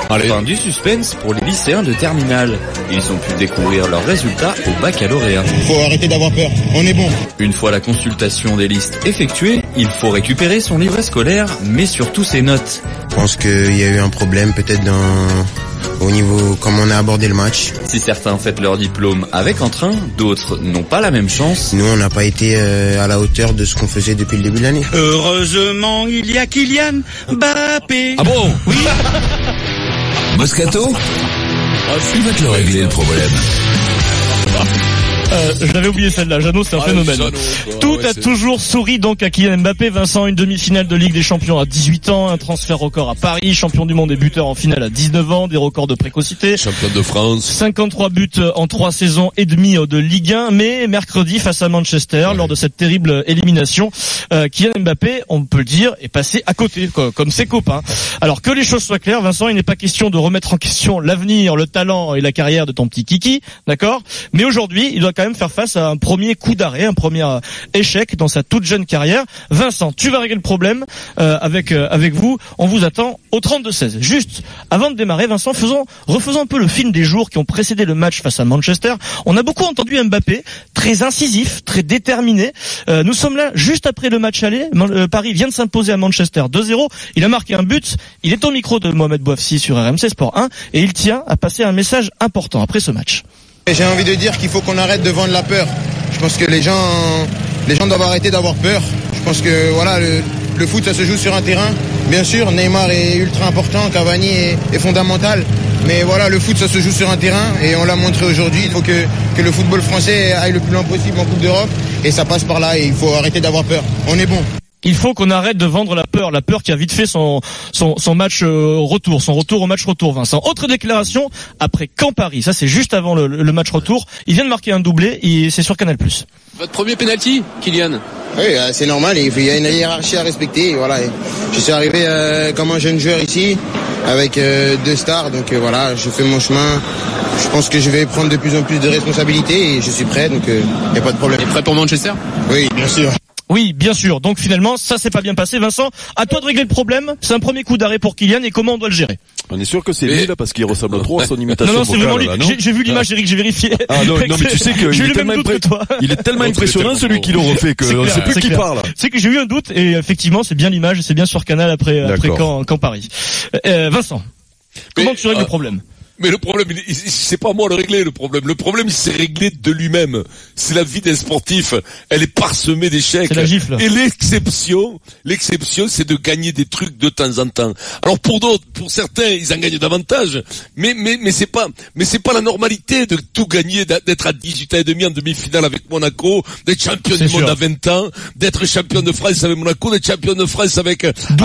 Allez. Fin du suspense pour les lycéens de terminale. Ils ont pu découvrir leurs résultats au baccalauréat. Faut arrêter d'avoir peur, on est bon. Une fois la consultation des listes effectuée, il faut récupérer son livret scolaire, mais surtout ses notes. Je pense qu'il y a eu un problème peut-être au niveau comment on a abordé le match. Si certains fêtent leur diplôme avec entrain, d'autres n'ont pas la même chance. Nous, on n'a pas été à la hauteur de ce qu'on faisait depuis le début de l'année. Heureusement, il y a Kylian Mbappé. Ah bon? Oui. Moscato, il va te le régler le problème. J'avais oublié celle-là, Jeannot, c'est un phénomène. Tout a toujours souri donc à Kylian Mbappé. Vincent, une demi-finale de Ligue des Champions à 18 ans, un transfert record à Paris, champion du monde et buteur en finale à 19 ans, des records de précocité. Champion de France. 53 buts en 3 saisons et demie de Ligue 1, mais mercredi face à Manchester, lors de cette terrible élimination, Kylian Mbappé, on peut le dire, est passé à côté, comme ses copains. Alors que les choses soient claires, Vincent, il n'est pas question de remettre en question l'avenir, le talent et la carrière de ton petit kiki, d'accord? Mais aujourd'hui, il doit quand même faire face à un premier coup d'arrêt, un premier échec dans sa toute jeune carrière. Vincent, tu vas régler le problème avec vous. On vous attend au 32-16. Juste avant de démarrer, Vincent, refaisons un peu le film des jours qui ont précédé le match face à Manchester. On a beaucoup entendu Mbappé, très incisif, très déterminé. Nous sommes là juste après le match aller. Paris vient de s'imposer à Manchester 2-0. Il a marqué un but. Il est au micro de Mohamed Bouafsi sur RMC Sport 1 et il tient à passer un message important après ce match. J'ai envie de dire qu'il faut qu'on arrête de vendre la peur. Je pense que les gens doivent arrêter d'avoir peur. Je pense que voilà, le foot ça se joue sur un terrain. Bien sûr, Neymar est ultra important, Cavani est fondamental. Mais voilà, le foot ça se joue sur un terrain et on l'a montré aujourd'hui. Il faut que le football français aille le plus loin possible en Coupe d'Europe et ça passe par là et il faut arrêter d'avoir peur. On est bon. Il faut qu'on arrête de vendre la peur qui a vite fait son match retour, son retour au match retour, Vincent. Autre déclaration après Caen-Paris, ça c'est juste avant le match retour. Il vient de marquer un doublé et c'est sur Canal+. Votre premier penalty, Kylian? Oui, c'est normal, il y a une hiérarchie à respecter. Voilà. Je suis arrivé comme un jeune joueur ici, avec 2 stars, donc voilà, je fais mon chemin. Je pense que je vais prendre de plus en plus de responsabilités et je suis prêt, donc il n'y a pas de problème. Et prêt pour Manchester? Oui, bien sûr. Oui, bien sûr. Donc finalement, ça s'est pas bien passé. Vincent, à toi de régler le problème. C'est un premier coup d'arrêt pour Kylian et comment on doit le gérer? On est sûr que c'est lui là parce qu'il ressemble trop à son imitation non, c'est vocale. vraiment lui. J'ai vu l'image, Eric, j'ai vérifié. Ah non, mais tu sais qu'il est tellement impressionnant celui qui le refait que on ne sait plus qui parle. C'est que j'ai eu un doute et effectivement, c'est bien l'image, c'est bien sur Canal après quand Paris. Vincent, comment tu règles le problème? Mais le problème, c'est pas moi le régler, le problème. Le problème, c'est réglé de lui-même. C'est la vie des sportifs. Elle est parsemée d'échecs. C'est la gifle. Et l'exception, c'est de gagner des trucs de temps en temps. Alors pour d'autres, pour certains, ils en gagnent davantage. Mais c'est pas la normalité de tout gagner, d'être à 18 ans et demi en demi-finale avec Monaco, d'être champion du monde à 20 ans, d'être champion de France avec Monaco, d'être champion de France avec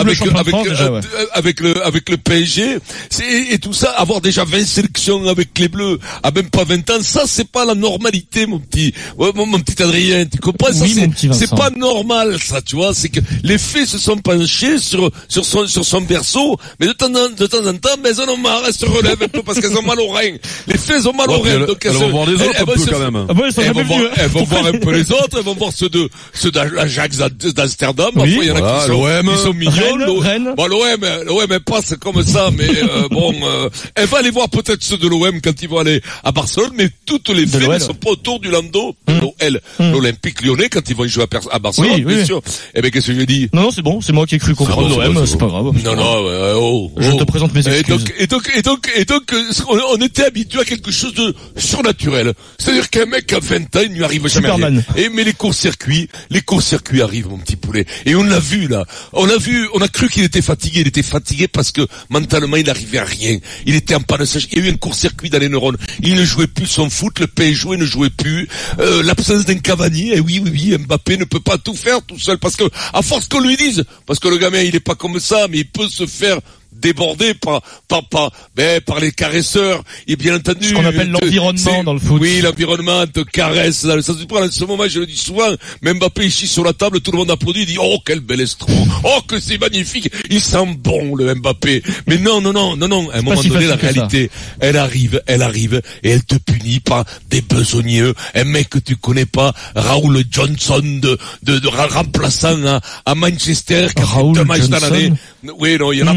le PSG. Et tout ça, avoir déjà 20 sélections avec les Bleus à même pas 20 ans, ça c'est pas la normalité, mon petit Adrien, tu comprends? Ça c'est pas normal, ça, tu vois, c'est que les faits se sont penchés sur son berceau, mais de temps en temps, mais elles en ont marre, elles se relèvent un peu parce qu'elles ont mal aux reins. Les faits ont mal aux reins, donc elles vont voir les autres un peu quand même. Elles vont voir un peu les autres, elles vont voir ceux d'Ajax d'Amsterdam, oui, il y en a qui sont mignons. Rennes. Bon, l'OM passe comme ça, mais elle va aller voir peut-être ceux de l'OM quand ils vont aller à Barcelone, mais toutes les faits ne sont pas autour du Lando, l'Olympique Lyonnais quand ils vont jouer à Barcelone, bien sûr. Eh ben, qu'est-ce que je dis? Non, c'est bon, c'est moi qui ai cru comprendre l'OM, c'est pas grave. Non, je te présente mes excuses. Et donc, on était habitué à quelque chose de surnaturel. C'est-à-dire qu'un mec à 20 ans, il ne lui arrive jamais rien. Mais les courts-circuits arrivent, mon petit poulet. Et on l'a vu, là. On a cru qu'il était fatigué. Il était fatigué parce que mentalement, il n'arrivait à rien. Il était en panne. Il y a eu un court-circuit dans les neurones. Il ne jouait plus son foot, le PSG ne jouait plus. L'absence d'un Cavani, oui, Mbappé ne peut pas tout faire tout seul parce que, à force qu'on lui dise, parce que le gamin, il est pas comme ça, mais il peut se faire débordé par les caresseurs et bien entendu ce qu'on appelle l'environnement dans le foot. Oui, l'environnement te caresse dans le sens du poil. En ce moment, je le dis souvent, même Mbappé chie sur la table, tout le monde applaudit, dit oh quel bel estron, oh que c'est magnifique, il sent bon le Mbappé. Mais non, à un moment donné la réalité, elle arrive et elle te punit par des besogneux, un mec que tu connais pas, Raoul Johnson de remplaçant à Manchester qui a fait 2 matchs dans l'année. Oui, non, il y en a pas, mais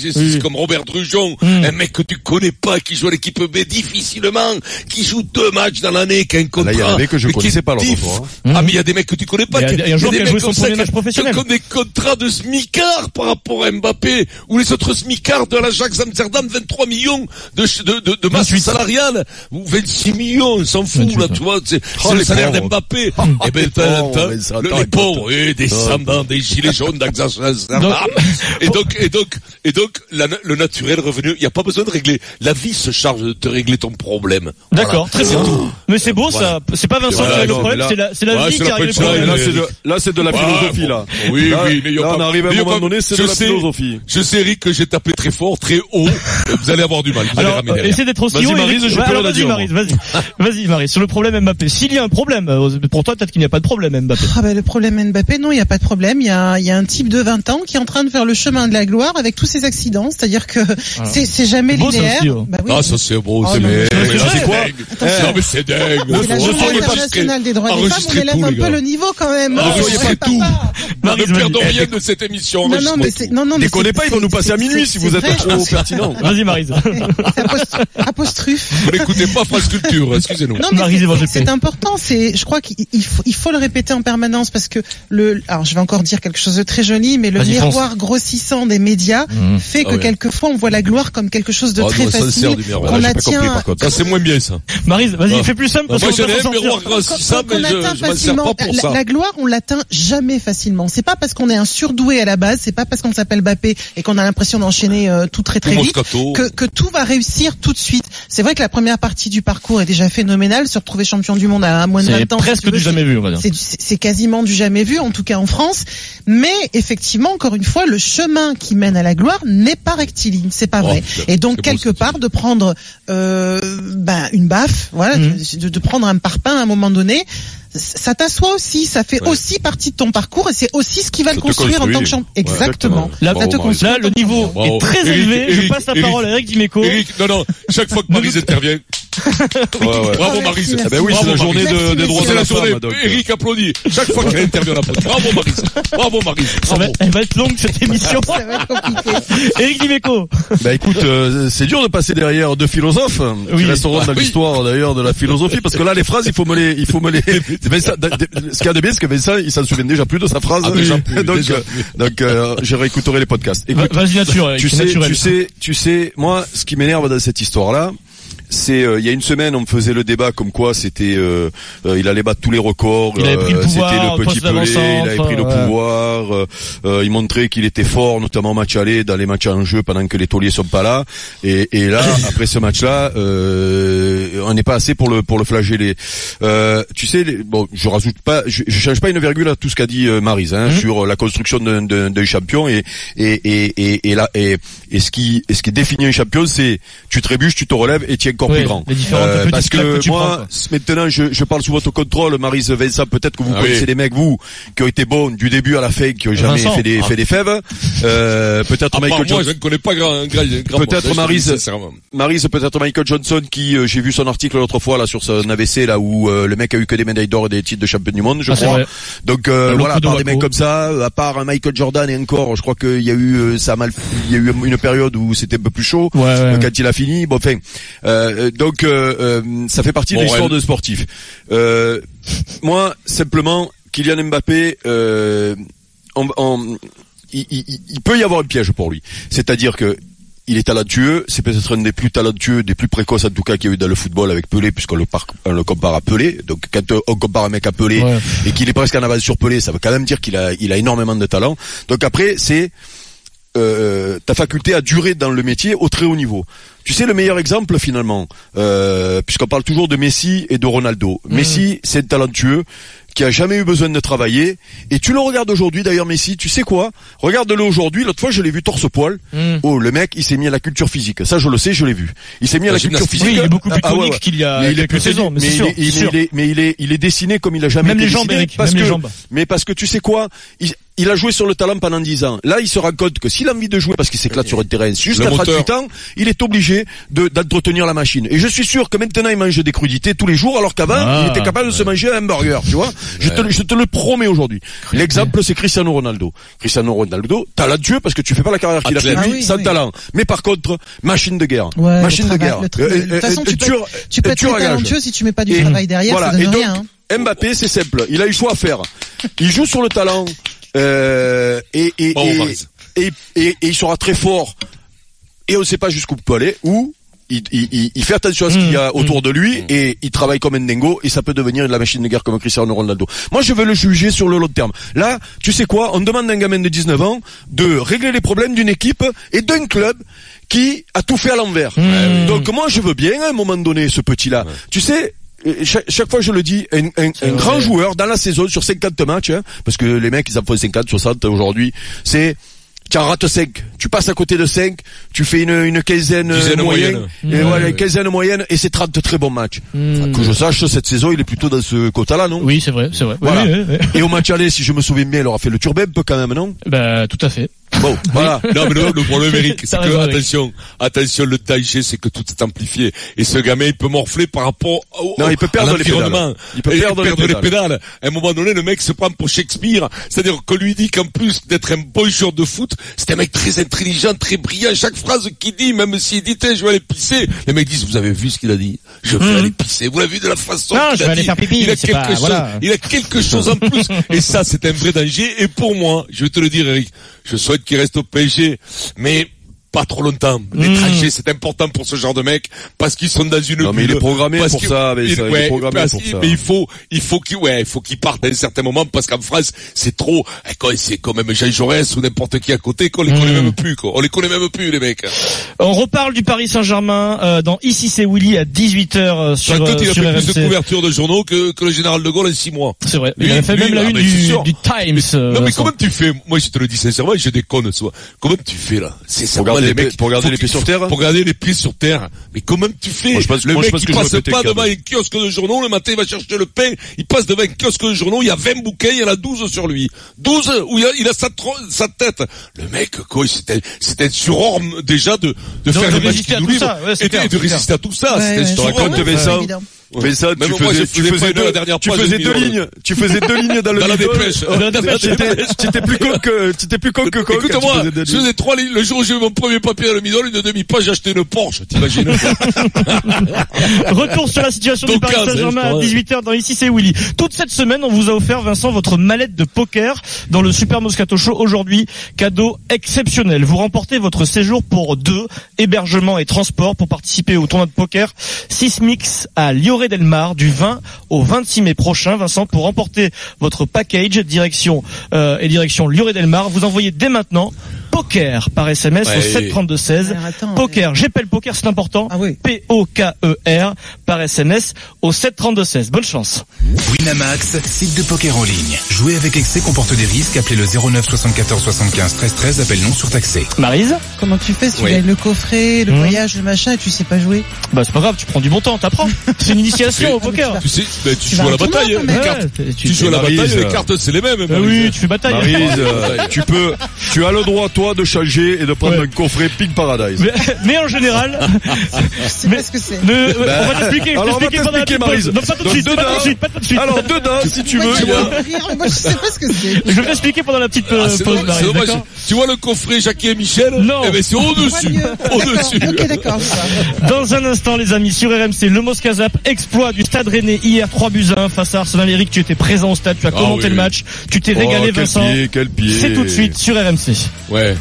c'est comme Robert Drujon, un mec que tu connais pas, qui joue à l'équipe B difficilement, qui joue 2 matchs dans l'année, qui a un contrat. Là, il y a un mec que je connaissais pas l'autre fois. Ah, mais il y a des mecs que tu connais pas. Il y a un joueur qui a joué son premier match professionnel. Qui ont des contrats de smicard par rapport à Mbappé, ou les autres smicards de l'Ajax Amsterdam, 23 millions de masse salariale, ou 26 millions, on s'en fout, là, tu vois, c'est le salaire d'Mbappé. Eh ben, les pauvres, descendants des gilets jaunes d'Ajax Amsterdam. Et donc, le naturel revenu, il n'y a pas besoin de régler. La vie se charge de te régler ton problème. D'accord, très bien. Mais c'est beau, ça. C'est pas Vincent qui a le problème, c'est la vie qui a réglé le problème. Là, c'est de la philosophie, là. Oui, mais là, on arrive à un moment donné, c'est de la philosophie. Je sais, Eric, que j'ai tapé très fort, très haut. Vous allez avoir du mal. Alors, essayez d'être aussi haut. Vas-y, Maryse, vas-y, Maryse. Sur le problème Mbappé. S'il y a un problème, pour toi, peut-être qu'il n'y a pas de problème, Mbappé. Ah ben, le problème Mbappé, non, il n'y a pas de problème. Il y a un type de 20 ans qui est en train de faire le chemin de la gloire avec tous ses accidents. C'est-à-dire que c'est jamais linéaire. Bah oui. Ah, ça c'est beau, mais c'est quoi? Non, mais c'est dingue. C'est la Journée internationale des droits des femmes, on élève un peu le niveau quand même. Enregistrez tout. Ne perdons rien de cette émission. Non, déconnez pas, ils vont nous passer à minuit si vous êtes trop pertinent. Vas-y, Maryse. Apostrophe. Vous n'écoutez pas France Culture, excusez-nous. Non, mais c'est important, je crois qu'il faut le répéter en permanence parce que alors je vais encore dire quelque chose de très joli, mais le miroir grossissant des médias fait que quelquefois on voit la gloire comme quelque chose de très facile. On attient. Ça c'est moins bien ça. Maryse, vas-y, fais plus simple parce que moi je n'ai miroir grossissant, mais je m'en sers pas pour ça. La gloire, on l'atteint jamais facilement. C'est pas parce qu'on est un surdoué à la base, c'est pas parce qu'on s'appelle Mbappé et qu'on a l'impression d'enchaîner tout très très vite que tout va réussir tout de suite. C'est vrai que la première partie du parcours est déjà phénoménale. Se retrouver champion du monde à moins de 20 ans, c'est presque du jamais vu, on va dire. C'est quasiment du jamais vu, en tout cas en France. Mais effectivement, encore une fois, le chemin qui mène à la gloire n'est pas rectiligne, c'est pas vrai. Et donc quelque part de prendre une baffe, voilà, de prendre un parpaing à un moment donné, ça t'assoit aussi, ça fait aussi partie de ton parcours et c'est aussi ce qui va le construire en tant que champion. Exactement. Là, le niveau est très élevé. Je passe la parole à Eric Dimeco. Eric, non, chaque fois que Maryse intervient. Bravo Maryse. Ben oui, c'est la journée des droits de la femme. Eric applaudit. Chaque fois qu'elle intervient, on applaudit. Bravo Maryse. Elle va être longue cette émission. Ça va être compliqué. Eric Dimeco. Bah écoute, c'est dur de passer derrière deux philosophes qui resteront dans l'histoire d'ailleurs de la philosophie parce que là les phrases il faut me les Vincent, ce qu'il y a de bien, c'est que Vincent, il s'en souvient déjà plus de sa phrase. Donc, je réécouterai les podcasts. Écoute, vas-y, naturel. Tu sais, moi, ce qui m'énerve dans cette histoire-là, c'est il y a une semaine on me faisait le débat comme quoi c'était il allait battre tous les records, c'était le petit Pelé, il avait pris le pouvoir, il montrait qu'il était fort notamment au match aller, dans les matchs en jeu pendant que les tauliers sont pas là et là après ce match-là on n'est pas assez pour le flageller. Tu sais bon, je rajoute pas, je change pas une virgule à tout ce qu'a dit Maryse sur la construction d'un champion et ce qui définit un champion, c'est tu trébuches, tu te relèves et tu es encore plus grand. Parce que moi, maintenant, je parle sous votre contrôle, Maryse, Vincent, peut-être que vous connaissez des mecs, vous, qui ont été bons du début à la fin, qui ont jamais fait des fèves. Peut-être Michael Johnson. Moi, je ne connais pas grand peut-être Maryse, peut-être Michael Johnson, qui, j'ai vu son article l'autre fois, là, sur son AVC, là, où, le mec a eu que des médailles d'or et des titres de champion du monde, je crois. Donc, voilà, à part des mecs comme ça, à part Michael Jordan et encore, je crois qu'il y a eu, il y a eu une période où c'était un peu plus chaud. Quand il a fini, bon, enfin, donc ça fait partie de l'histoire de sportif. Moi, simplement, Kylian Mbappé, il peut y avoir un piège pour lui. C'est-à-dire que il est talentueux, c'est peut-être un des plus talentueux, des plus précoces en tout cas qu'il y a eu dans le football avec Pelé, puisqu'on le compare à Pelé. Donc quand on compare un mec à Pelé et qu'il est presque en avance sur Pelé, ça veut quand même dire qu'il a énormément de talent. Donc après, c'est ta faculté à durer dans le métier au très haut niveau. Tu sais, le meilleur exemple finalement, puisqu'on parle toujours de Messi et de Ronaldo. Messi, c'est un talentueux qui a jamais eu besoin de travailler. Et tu le regardes aujourd'hui, d'ailleurs, Messi, tu sais quoi? Regarde-le aujourd'hui. L'autre fois, je l'ai vu torse-poil. Oh, le mec, il s'est mis à la culture physique. Ça, je le sais, je l'ai vu. Il s'est mis à la culture physique. Oui, il est beaucoup plus tonique qu'il y a quelques saisons, mais c'est sûr. Il est dessiné comme il a jamais été dessiné. Même les jambes, Eric. Même les jambes. Mais parce que tu sais quoi? il a joué sur le talent pendant 10 ans. Là, il se rend compte que s'il a envie de jouer parce qu'il s'éclate sur le terrain jusqu'à 38 ans, il est obligé d'entretenir la machine. Et je suis sûr que maintenant, il mange des crudités tous les jours, alors qu'avant, il était capable de se manger un hamburger, tu vois. Je te le promets aujourd'hui. L'exemple, c'est Cristiano Ronaldo. Cristiano Ronaldo, talentueux parce que tu fais pas la carrière qu'il a fait lui, sans talent. Mais par contre, machine de guerre. Ouais, machine de guerre. De toute façon, tu peux être très talentueux si tu mets pas du travail derrière, ça donne rien. Mbappé, c'est simple. Il a eu le choix à faire. Il joue sur le talent, et il sera très fort. Et on ne sait pas jusqu'où il peut aller, ou il fait attention à ce qu'il y a autour de lui, et il travaille comme un dingo, et ça peut devenir la machine de guerre comme Cristiano Ronaldo. Moi, je veux le juger sur le long terme. Là, tu sais quoi? On demande à un gamin de 19 ans de régler les problèmes d'une équipe et d'un club qui a tout fait à l'envers. Donc moi, je veux bien, à un moment donné, ce petit-là. Tu sais, chaque fois je le dis, un grand joueur dans la saison sur 50 matchs, hein, parce que les mecs ils en font 50, 60 aujourd'hui, c'est tu en rates 5, tu passes à côté de 5, tu fais une quinzaine moyenne, et voilà, une quinzaine moyenne, et c'est 30 très bons matchs. Que je sache, cette saison il est plutôt dans ce quota-là, non? Oui, c'est vrai. Voilà. Oui. Et au match aller, si je me souviens bien, il aura fait le turbin quand même, non? Bah tout à fait. Bon, voilà. Non, mais le problème, Eric, c'est que, attention, le danger, c'est que tout est amplifié. Et ce gamin, il peut morfler par rapport il peut perdre les pédales. Il peut perdre les pédales. À un moment donné, le mec se prend pour Shakespeare. C'est-à-dire qu'on lui dit qu'en plus d'être un bon joueur de foot, c'est un mec très intelligent, très brillant. Chaque phrase qu'il dit, même s'il dit, je vais aller pisser, les mecs disent, vous avez vu ce qu'il a dit? Je vais aller pisser. Vous l'avez vu de la façon qu'il a dit? Je vais aller faire pipi. Il a quelque chose en plus. Et ça, c'est un vrai danger. Et pour moi, je vais te le dire, Eric, je souhaite qu'il reste au PSG, mais pas trop longtemps. L'étranger, c'est important pour ce genre de mec, parce qu'ils sont dans une bulle. Non, mais il est programmé pour ça, il est programmé pour ça. Mais il faut qu'il parte à un certain moment, parce qu'en France, c'est trop, c'est quand même Jean Jaurès ou n'importe qui à côté, qu'on les connaît même plus, quoi. On les connaît même plus, les mecs. On reparle du Paris Saint-Germain, dans Ici c'est Willy à 18h sur RMC. Il a fait plus de couverture de journaux que le général de Gaulle en 6 mois. C'est vrai. Il a fait même la une du Times. Non, mais comment tu fais? Moi, je te le dis sincèrement, je déconne, soit. Comment tu fais, là? C'est ça. Pour garder les pieds sur terre? Pour garder les pieds sur terre. Mais comment tu fais? Le mec, il passe pas devant un kiosque de journaux, le matin, il va chercher le pain, il passe devant un kiosque de journaux, il y a 20 bouquins, il y en a 12 sur lui. 12 où il a sa tête. Le mec, quoi, c'était un surhomme, déjà, de faire les matchs qui nous livrent. Et de résister à tout ça. Je te raconte, Vincent. Mais ça, tu faisais deux lignes. Tu faisais 2 lignes dans la dépêche. T'étais plus con que con. Écoute-moi, je faisais 3 lignes. Le jour où j'ai eu mon premier papier à le midol, une demi-page, j'ai acheté une Porsche. T'imagines? Retour sur la situation du Paris Saint-Germain à 18h dans Ici c'est Willy. Toute cette semaine, on vous a offert, Vincent, votre mallette de poker dans le Super Moscato Show aujourd'hui. Cadeau exceptionnel. Vous remportez votre séjour pour 2, hébergement et transport pour participer au tournoi de poker Sismix à Lloret-Delmar du 20 au 26 mai prochain. Vincent, pour remporter votre package direction Lloret-Delmar, vous envoyez dès maintenant poker par SMS au 732-16. Poker, j'appelle poker, c'est important. P-O-K-E-R par SMS au 732-16. Bonne chance. Winamax, site de poker en ligne. Jouer avec excès comporte des risques. Appelez le 09 74 75 13 13. Appel non surtaxé. Maryse, comment tu fais si tu gagnes le coffret, le voyage, le machin et tu sais pas jouer? Bah c'est pas grave, tu prends du bon temps, t'apprends. C'est une initiation au poker. Tu sais, tu joues à la bataille. Tu joues à la bataille, les cartes c'est les mêmes. Oui, tu fais bataille. Maryse, tu as le droit toi de changer et de prendre un coffret Pink Paradise. Mais en général, je sais pas ce que c'est. On va t'expliquer. Alors on va t'expliquer, Maryse. Non, pas tout de suite. Alors dedans, si tu veux. Moi je sais pas ce que c'est. Je vais t'expliquer pendant la petite pause, Maryse. Tu vois le coffret Jackie et Michel? Non. Eh ben c'est au-dessus. Ok, d'accord. Dans un instant, les amis, sur RMC, le Moscazap, exploit du Stade Rennais hier, 3-1 face à Arsenal. Eric, tu étais présent au stade, tu as commenté le match, tu t'es régalé, Vincent. Quel pied. C'est tout de suite sur RMC. Ouais.